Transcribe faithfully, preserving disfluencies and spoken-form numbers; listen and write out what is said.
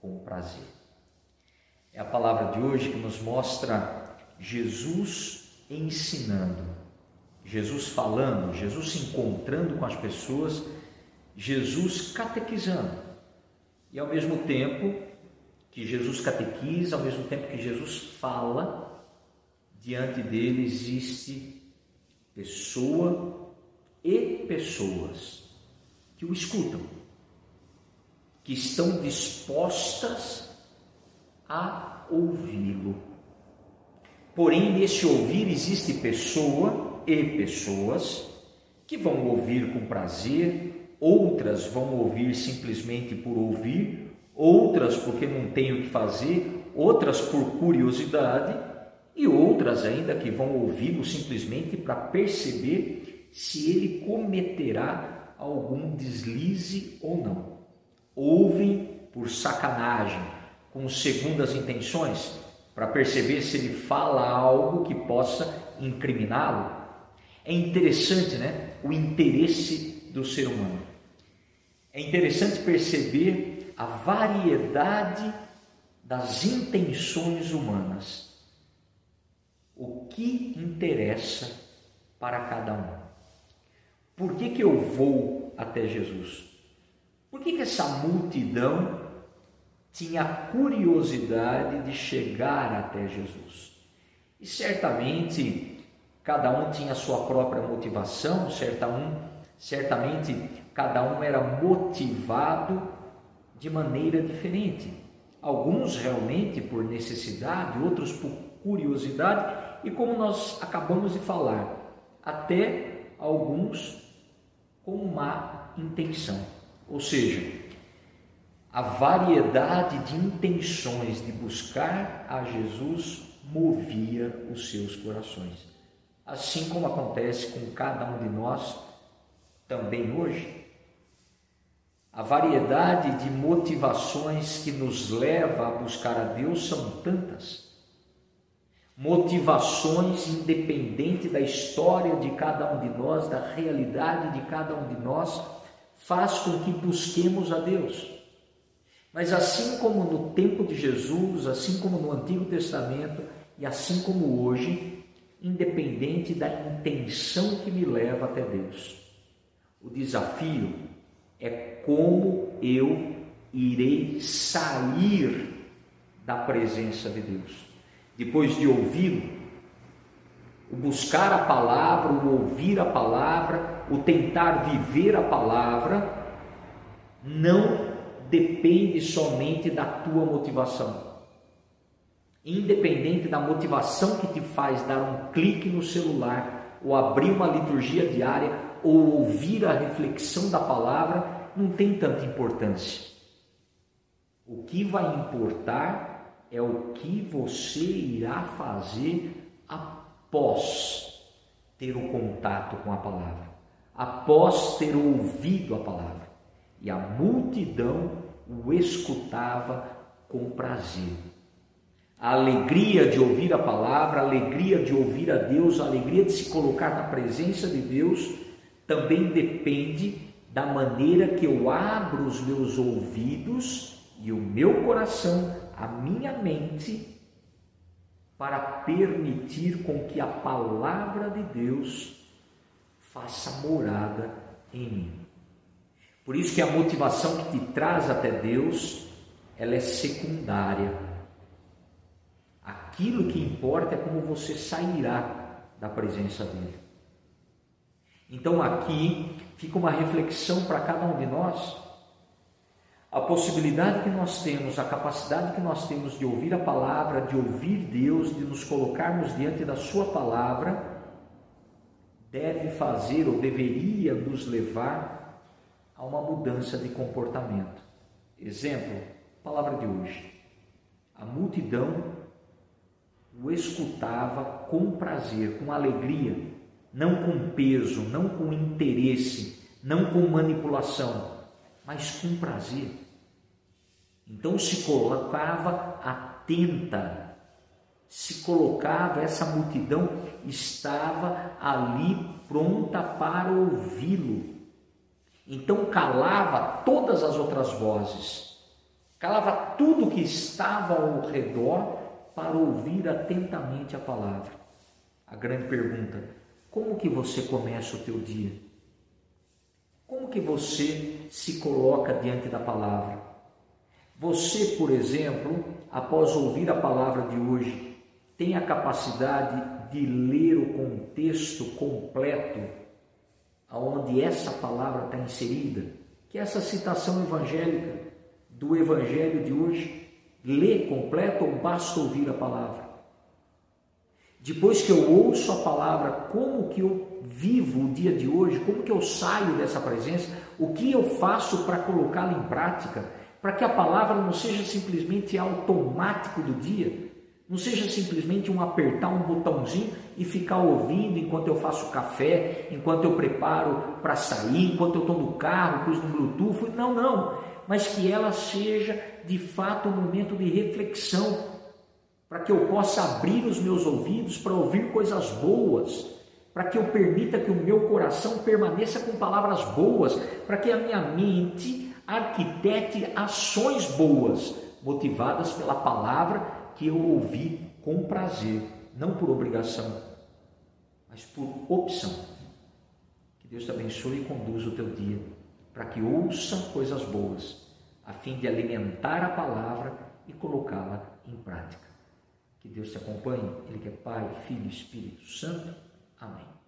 com prazer. É a palavra de hoje que nos mostra Jesus ensinando, Jesus falando, Jesus se encontrando com as pessoas, Jesus catequizando. E ao mesmo tempo que Jesus catequiza, ao mesmo tempo que Jesus fala, diante dele existe pessoa e pessoas que o escutam, que estão dispostas a ouvi-lo. Porém, nesse ouvir existe pessoa e pessoas que vão ouvir com prazer, outras vão ouvir simplesmente por ouvir, outras porque não têm o que fazer, outras por curiosidade e outras ainda que vão ouvi-lo simplesmente para perceber se ele cometerá algum deslize ou não. Ouvem por sacanagem, com segundas intenções, para perceber se ele fala algo que possa incriminá-lo. É interessante, né? O interesse do ser humano. É interessante perceber a variedade das intenções humanas. O que interessa para cada um? Por que que eu vou até Jesus? Por que que essa multidão tinha curiosidade de chegar até Jesus? E certamente cada um tinha a sua própria motivação, certa um, certamente cada um era motivado de maneira diferente. Alguns realmente por necessidade, outros por curiosidade e, como nós acabamos de falar, até alguns com má intenção. Ou seja, a variedade de intenções de buscar a Jesus movia os seus corações. Assim como acontece com cada um de nós também hoje. A variedade de motivações que nos leva a buscar a Deus são tantas. Motivações independente da história de cada um de nós, da realidade de cada um de nós, faz com que busquemos a Deus. Mas assim como no tempo de Jesus, assim como no Antigo Testamento e assim como hoje, independente da intenção que me leva até Deus, o desafio é como eu irei sair da presença de Deus. Depois de ouvi-lo, o buscar a palavra, o ouvir a palavra, o tentar viver a palavra, não depende somente da tua motivação. Independente da motivação que te faz dar um clique no celular, ou abrir uma liturgia diária, ou ouvir a reflexão da palavra, não tem tanta importância. O que vai importar é o que você irá fazer após ter o contato com a palavra, após ter ouvido a palavra. E a multidão o escutava com prazer. A alegria de ouvir a palavra, a alegria de ouvir a Deus, a alegria de se colocar na presença de Deus, também depende da maneira que eu abro os meus ouvidos e o meu coração, a minha mente, para permitir com que a palavra de Deus faça morada em mim. Por isso que a motivação que te traz até Deus, ela é secundária. Aquilo que importa é como você sairá da presença dele. Então aqui fica uma reflexão para cada um de nós. A possibilidade que nós temos, a capacidade que nós temos de ouvir a palavra, de ouvir Deus, de nos colocarmos diante da sua palavra, deve fazer ou deveria nos levar a uma mudança de comportamento. Exemplo, palavra de hoje. A multidão o escutava com prazer, com alegria, não com peso, não com interesse, não com manipulação, mas com prazer. Então se colocava atenta, se colocava, essa multidão estava ali pronta para ouvi-lo. Então calava todas as outras vozes, calava tudo que estava ao redor para ouvir atentamente a palavra. A grande pergunta: como que você começa o teu dia? Como que você se coloca diante da palavra? Você, por exemplo, após ouvir a palavra de hoje, tem a capacidade de ler o contexto completo aonde essa palavra está inserida, que é essa citação evangélica do evangelho de hoje? Lê completo ou basta ouvir a palavra? Depois que eu ouço a palavra, como que eu vivo o dia de hoje? Como que eu saio dessa presença? O que eu faço para colocá-la em prática? Para que a palavra não seja simplesmente automático do dia, não seja simplesmente um apertar um botãozinho e ficar ouvindo enquanto eu faço café, enquanto eu preparo para sair, enquanto eu estou no carro, pus no Bluetooth. Não, não. Mas que ela seja de fato um momento de reflexão, para que eu possa abrir os meus ouvidos para ouvir coisas boas, para que eu permita que o meu coração permaneça com palavras boas, para que a minha mente arquitete ações boas, motivadas pela palavra que eu ouvi com prazer, não por obrigação, mas por opção. Que Deus te abençoe e conduza o teu dia, para que ouça coisas boas, a fim de alimentar a palavra e colocá-la em prática. Que Deus te acompanhe, Ele que é Pai, Filho e Espírito Santo. Amém.